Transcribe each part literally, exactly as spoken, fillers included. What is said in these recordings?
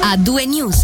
A due News.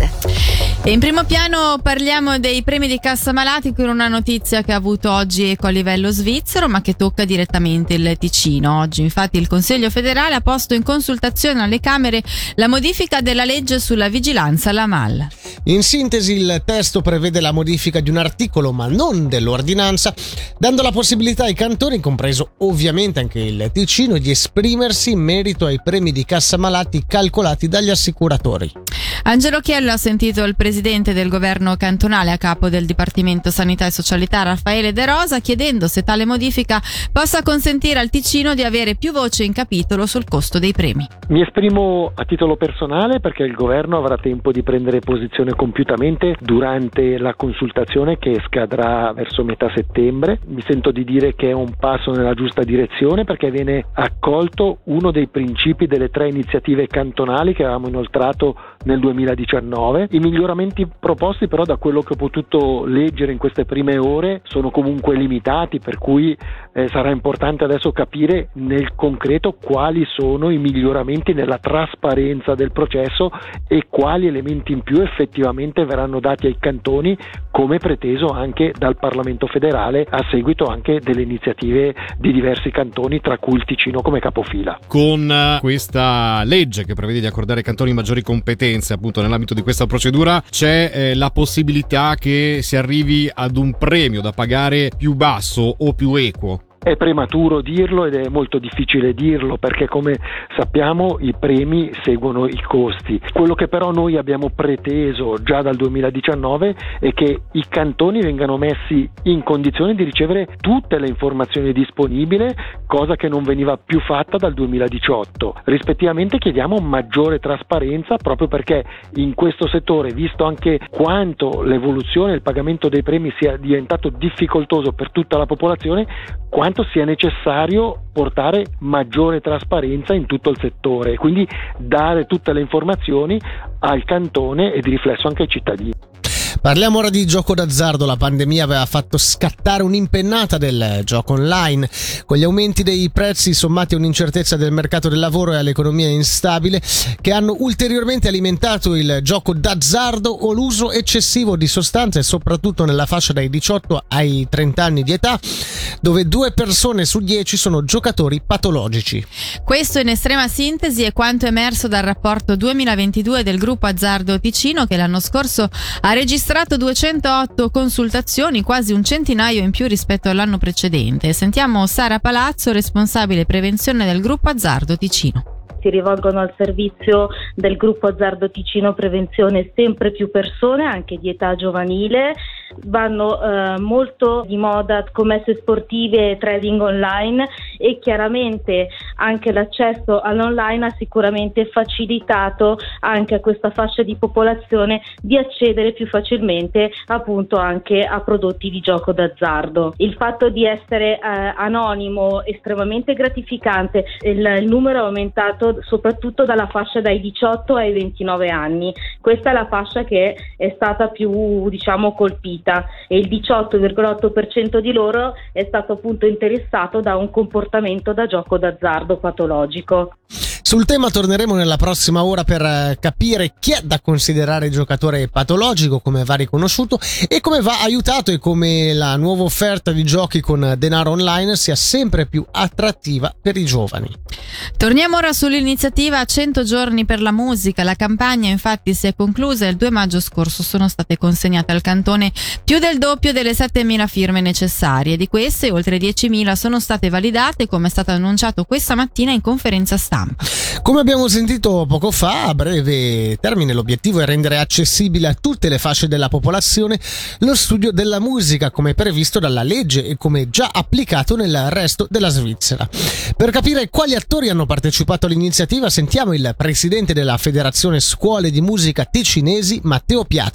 E in primo piano parliamo dei premi di cassa malati con una notizia che ha avuto oggi eco a livello svizzero ma che tocca direttamente il Ticino. Oggi infatti il Consiglio federale ha posto in consultazione alle Camere la modifica della legge sulla vigilanza alla M A L. In sintesi, il testo prevede la modifica di un articolo ma non dell'ordinanza, dando la possibilità ai cantoni, compreso ovviamente anche il Ticino, di esprimersi in merito ai premi di cassa malati calcolati dagli assicuratori. Angelo Chiello ha sentito il presidente del governo cantonale a capo del Dipartimento Sanità e Socialità Raffaele De Rosa chiedendo se tale modifica possa consentire al Ticino di avere più voce in capitolo sul costo dei premi. Mi esprimo a titolo personale perché il governo avrà tempo di prendere posizione compiutamente durante la consultazione che scadrà verso metà settembre. Mi sento di dire che è un passo nella giusta direzione perché viene accolto uno dei principi delle tre iniziative cantonali che avevamo inoltrato nel duemiladiciannove. I miglioramenti proposti però, da quello che ho potuto leggere in queste prime ore, sono comunque limitati, per cui eh, sarà importante adesso capire nel concreto quali sono i miglioramenti nella trasparenza del processo e quali elementi in più effettivamente verranno dati ai cantoni, come preteso anche dal Parlamento federale a seguito anche delle iniziative di diversi cantoni, tra cui il Ticino come capofila. Con questa legge che prevede di accordare ai cantoni maggiori competenze appunto nell'ambito di questa procedura, c'è eh, la possibilità che si arrivi ad un premio da pagare più basso o più equo? È prematuro dirlo ed è molto difficile dirlo perché, come sappiamo, i premi seguono i costi. Quello che però noi abbiamo preteso già dal duemiladiciannove è che i cantoni vengano messi in condizione di ricevere tutte le informazioni disponibili, cosa che non veniva più fatta dal duemiladiciotto. Rispettivamente chiediamo maggiore trasparenza proprio perché in questo settore, visto anche quanto l'evoluzione e il pagamento dei premi sia diventato difficoltoso per tutta la popolazione, quanto sia necessario portare maggiore trasparenza in tutto il settore e quindi dare tutte le informazioni al cantone e di riflesso anche ai cittadini. Parliamo ora di gioco d'azzardo. La pandemia aveva fatto scattare un'impennata del gioco online. Con gli aumenti dei prezzi sommati a un'incertezza del mercato del lavoro e all'economia instabile che hanno ulteriormente alimentato il gioco d'azzardo o l'uso eccessivo di sostanze, soprattutto nella fascia dai diciotto ai trenta anni di età, dove due persone su dieci sono giocatori patologici. Questo in estrema sintesi è quanto emerso dal rapporto duemilaventidue del gruppo Azzardo Ticino, che l'anno scorso ha registrato duecentootto consultazioni, quasi un centinaio in più rispetto all'anno precedente. Sentiamo Sara Palazzo, responsabile prevenzione del gruppo Azzardo Ticino. Si rivolgono al servizio del gruppo Azzardo Ticino Prevenzione sempre più persone, anche di età giovanile. Vanno eh, molto di moda commesse sportive e trading online e chiaramente anche l'accesso all'online ha sicuramente facilitato anche a questa fascia di popolazione di accedere più facilmente appunto anche a prodotti di gioco d'azzardo. Il fatto di essere eh, anonimo estremamente gratificante, il, il numero è aumentato soprattutto dalla fascia dai diciotto ai ventinove anni. Questa è la fascia che è stata più, diciamo, colpita e il diciotto virgola otto per cento di loro è stato appunto interessato da un comportamento da gioco d'azzardo patologico. Sul tema torneremo nella prossima ora per capire chi è da considerare giocatore patologico, come va riconosciuto e come va aiutato, e come la nuova offerta di giochi con denaro online sia sempre più attrattiva per i giovani. Torniamo ora sull'iniziativa cento giorni per la musica. La campagna infatti si è conclusa e il due maggio scorso sono state consegnate al cantone più del doppio delle settemila firme necessarie. Di queste oltre diecimila sono state validate, come è stato annunciato questa mattina in conferenza stampa. Come abbiamo sentito poco fa, a breve termine l'obiettivo è rendere accessibile a tutte le fasce della popolazione lo studio della musica, come previsto dalla legge e come già applicato nel resto della Svizzera. Per capire quali attori hanno partecipato all'iniziativa, sentiamo il presidente della Federazione Scuole di Musica Ticinesi, Matteo Piazza.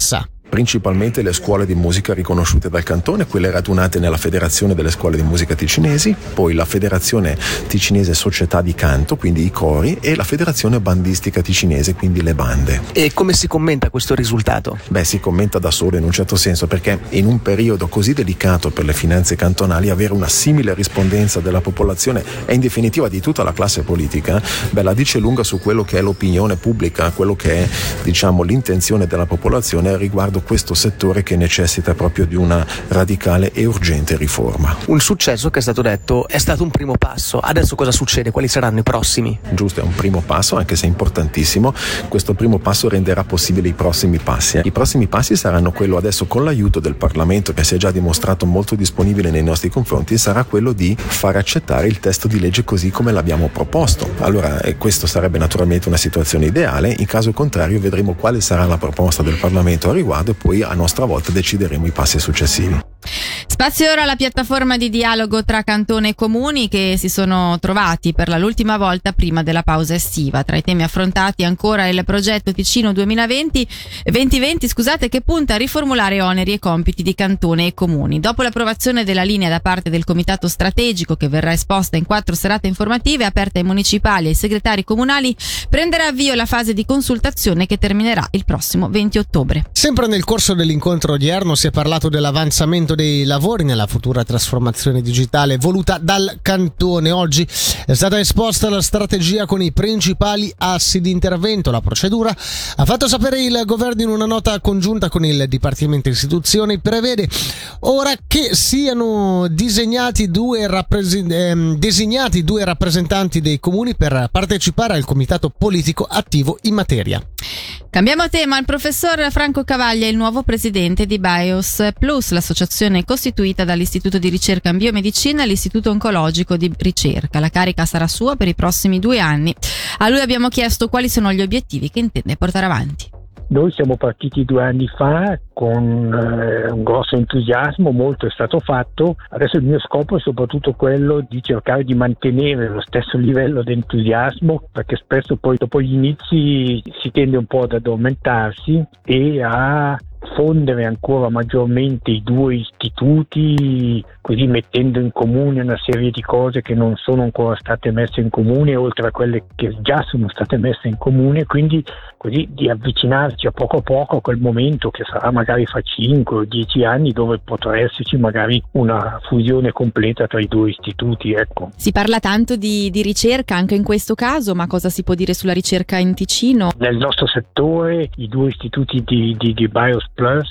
principalmente le scuole di musica riconosciute dal cantone, quelle radunate nella Federazione delle Scuole di Musica Ticinesi, poi la Federazione Ticinese Società di Canto, quindi i cori, e la Federazione Bandistica Ticinese, quindi le bande. E come si commenta questo risultato? Beh, si commenta da solo in un certo senso, perché in un periodo così delicato per le finanze cantonali avere una simile rispondenza della popolazione e in definitiva di tutta la classe politica, beh, la dice lunga su quello che è l'opinione pubblica, quello che è, diciamo, l'intenzione della popolazione riguardo questo settore che necessita proprio di una radicale e urgente riforma. Un successo che è stato detto è stato un primo passo. Adesso cosa succede? Quali saranno i prossimi? Giusto, è un primo passo, anche se importantissimo. Questo primo passo renderà possibile i prossimi passi. I prossimi passi saranno quello, adesso con l'aiuto del Parlamento che si è già dimostrato molto disponibile nei nostri confronti, sarà quello di far accettare il testo di legge così come l'abbiamo proposto. Allora, eh, questo sarebbe naturalmente una situazione ideale, in caso contrario vedremo quale sarà la proposta del Parlamento a riguardo e poi a nostra volta decideremo i passi successivi. Spazio ora alla piattaforma di dialogo tra cantone e comuni che si sono trovati per l'ultima volta prima della pausa estiva. Tra i temi affrontati ancora il progetto Ticino duemilaventi duemilaventi, scusate, che punta a riformulare oneri e compiti di cantone e comuni. Dopo l'approvazione della linea da parte del comitato strategico, che verrà esposta in quattro serate informative aperte ai municipali e ai segretari comunali, prenderà avvio la fase di consultazione che terminerà il prossimo venti ottobre. Sempre nel corso dell'incontro odierno si è parlato dell'avanzamento dei lavori nella futura trasformazione digitale voluta dal cantone. Oggi è stata esposta la strategia con i principali assi di intervento. La procedura, ha fatto sapere il governo in una nota congiunta con il Dipartimento Istituzioni, prevede ora che siano disegnati due, rappresen- ehm, designati due rappresentanti dei comuni per partecipare al comitato politico attivo in materia. Cambiamo tema. Il professor Franco Cavaglia è il nuovo presidente di BIOS Plus, l'associazione costituita dall'Istituto di Ricerca in Biomedicina e l'Istituto Oncologico di Ricerca. La carica sarà sua per i prossimi due anni. A lui abbiamo chiesto quali sono gli obiettivi che intende portare avanti. Noi siamo partiti due anni fa con eh, un grosso entusiasmo, molto è stato fatto. Adesso il mio scopo è soprattutto quello di cercare di mantenere lo stesso livello di entusiasmo, perché spesso poi dopo gli inizi si tende un po' ad addormentarsi e a fondere ancora maggiormente i due istituti, così mettendo in comune una serie di cose che non sono ancora state messe in comune, oltre a quelle che già sono state messe in comune, quindi così di avvicinarci a poco a poco a quel momento che sarà magari fra cinque o dieci anni, dove potrà esserci magari una fusione completa tra i due istituti. Ecco. Si parla tanto di, di ricerca anche in questo caso, ma cosa si può dire sulla ricerca in Ticino? Nel nostro settore i due istituti di, di, di BIOS Plus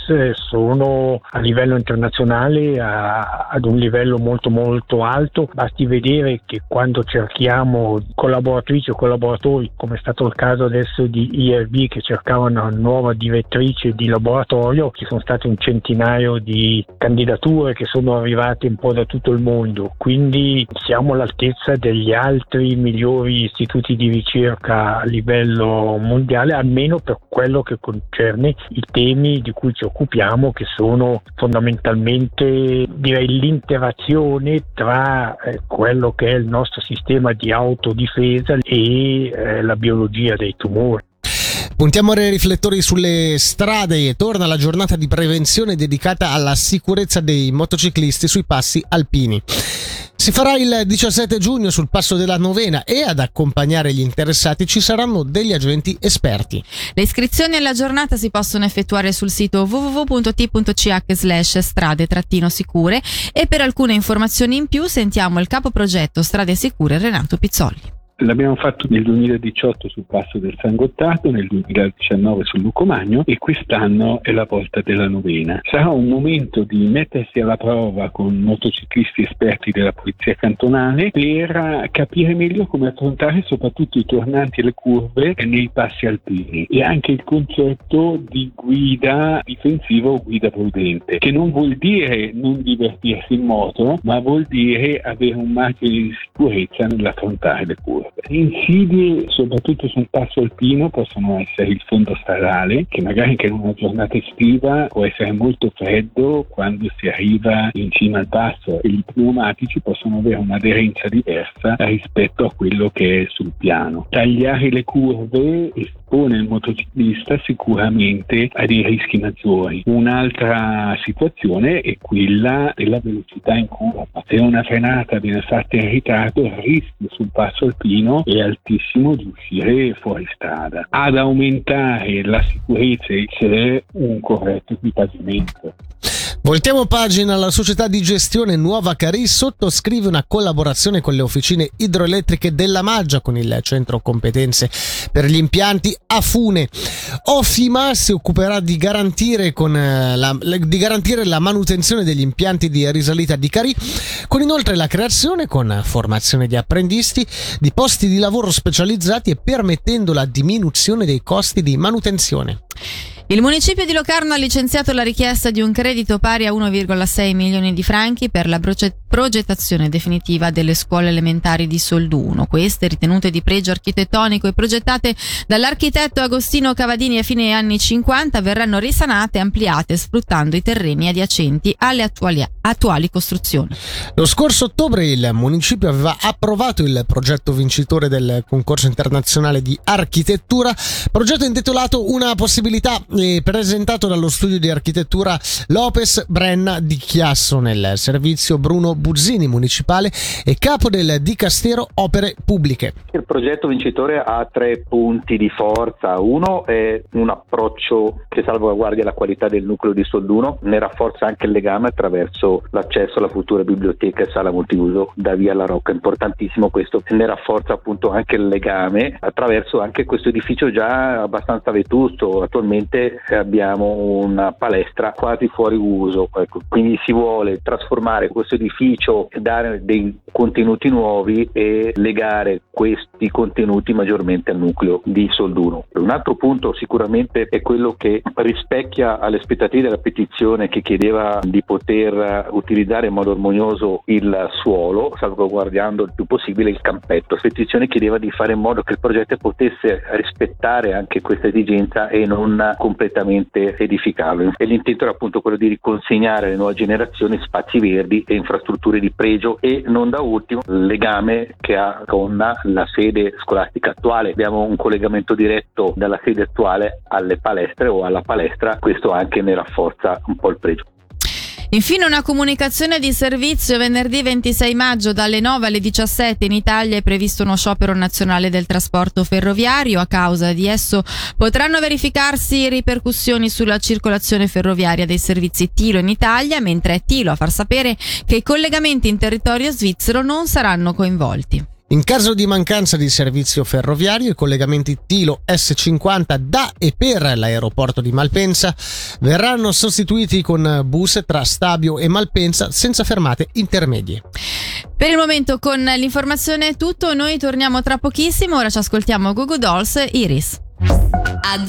sono a livello internazionale a, ad un livello molto molto alto. Basti vedere che quando cerchiamo collaboratrici o collaboratori, come è stato il caso adesso di I R B che cercavano una nuova direttrice di laboratorio, ci sono state un centinaio di candidature che sono arrivate un po' da tutto il mondo, quindi siamo all'altezza degli altri migliori istituti di ricerca a livello mondiale, almeno per quello che concerne i temi di cui ci occupiamo, che sono fondamentalmente, direi, l'interazione tra eh, quello che è il nostro sistema di autodifesa e eh, la biologia dei tumori. Puntiamo ora i riflettori sulle strade e torna la giornata di prevenzione dedicata alla sicurezza dei motociclisti sui passi alpini. Si farà il diciassette giugno sul passo della Novena e ad accompagnare gli interessati ci saranno degli agenti esperti. Le iscrizioni alla giornata si possono effettuare sul sito w w w punto t punto c h slash strade trattino sicure e per alcune informazioni in più sentiamo il capo progetto Strade Sicure Renato Pizzolli. L'abbiamo fatto nel duemiladiciotto sul Passo del San Gottardo, nel duemiladiciannove sul Lucomagno e quest'anno è la volta della Novena. Sarà un momento di mettersi alla prova con motociclisti esperti della Polizia Cantonale per capire meglio come affrontare soprattutto i tornanti e le curve nei passi alpini, e anche il concetto di guida difensiva o guida prudente, che non vuol dire non divertirsi in moto, ma vuol dire avere un margine di sicurezza nell'affrontare le curve. Insidie soprattutto sul passo alpino possono essere il fondo stradale, che magari anche in una giornata estiva può essere molto freddo quando si arriva in cima al passo, e i pneumatici possono avere un'aderenza diversa rispetto a quello che è sul piano. Tagliare le curve espone il motociclista sicuramente a dei rischi maggiori. Un'altra situazione è quella della velocità in curva. Se una frenata viene fatta in ritardo, il rischio sul passo alpino è altissimo di uscire fuori strada. Ad aumentare la sicurezza c'è un corretto equipaggiamento. Voltiamo pagina. La società di gestione Nuova Carì sottoscrive una collaborazione con le officine idroelettriche della Maggia con il centro competenze per gli impianti a Fune. Ofima si occuperà di garantire, con, la, di garantire la manutenzione degli impianti di risalita di Carì, con inoltre la creazione, con formazione di apprendisti, di posti di lavoro specializzati e permettendo la diminuzione dei costi di manutenzione. Il municipio di Locarno ha licenziato la richiesta di un credito pari a uno virgola sei milioni di franchi per la progettazione definitiva delle scuole elementari di Solduno. Queste, ritenute di pregio architettonico e progettate dall'architetto Agostino Cavadini a fine anni cinquanta, verranno risanate e ampliate sfruttando i terreni adiacenti alle attuali, attuali costruzioni. Lo scorso ottobre il municipio aveva approvato il progetto vincitore del concorso internazionale di architettura, progetto intitolato Una possibilità, presentato dallo studio di architettura Lopez Brenna di Chiasso nel servizio Bruno Buzzini municipale e capo del Dicastero Opere Pubbliche. Il progetto vincitore ha tre punti di forza. Uno è un approccio che salvaguardia la qualità del nucleo di Solduno, ne rafforza anche il legame attraverso l'accesso alla futura biblioteca e sala multiuso da via La Rocca. Importantissimo questo, ne rafforza appunto anche il legame attraverso anche questo edificio già abbastanza vetusto. Attualmente abbiamo una palestra quasi fuori uso, ecco. Quindi si vuole trasformare questo edificio, dare dei contenuti nuovi e legare questi contenuti maggiormente al nucleo di Solduno. Un altro punto sicuramente è quello che rispecchia alle aspettative della petizione, che chiedeva di poter utilizzare in modo armonioso il suolo, salvaguardando il più possibile il campetto. La petizione chiedeva di fare in modo che il progetto potesse rispettare anche questa esigenza e non completamente edificarlo, e l'intento era appunto quello di riconsegnare alle nuove generazioni spazi verdi e infrastrutture di pregio, e non da ultimo il legame che ha con la sede scolastica attuale. Abbiamo un collegamento diretto dalla sede attuale alle palestre o alla palestra, questo anche ne rafforza un po' il pregio. Infine una comunicazione di servizio: venerdì ventisei maggio dalle nove alle diciassette in Italia è previsto uno sciopero nazionale del trasporto ferroviario. A causa di esso potranno verificarsi ripercussioni sulla circolazione ferroviaria dei servizi Tilo in Italia, mentre è Tilo a far sapere che i collegamenti in territorio svizzero non saranno coinvolti. In caso di mancanza di servizio ferroviario, i collegamenti Tilo S cinquanta da e per l'aeroporto di Malpensa verranno sostituiti con bus tra Stabio e Malpensa senza fermate intermedie. Per il momento con l'informazione è tutto, noi torniamo tra pochissimo, ora ci ascoltiamo Goo Goo Dolls, Iris.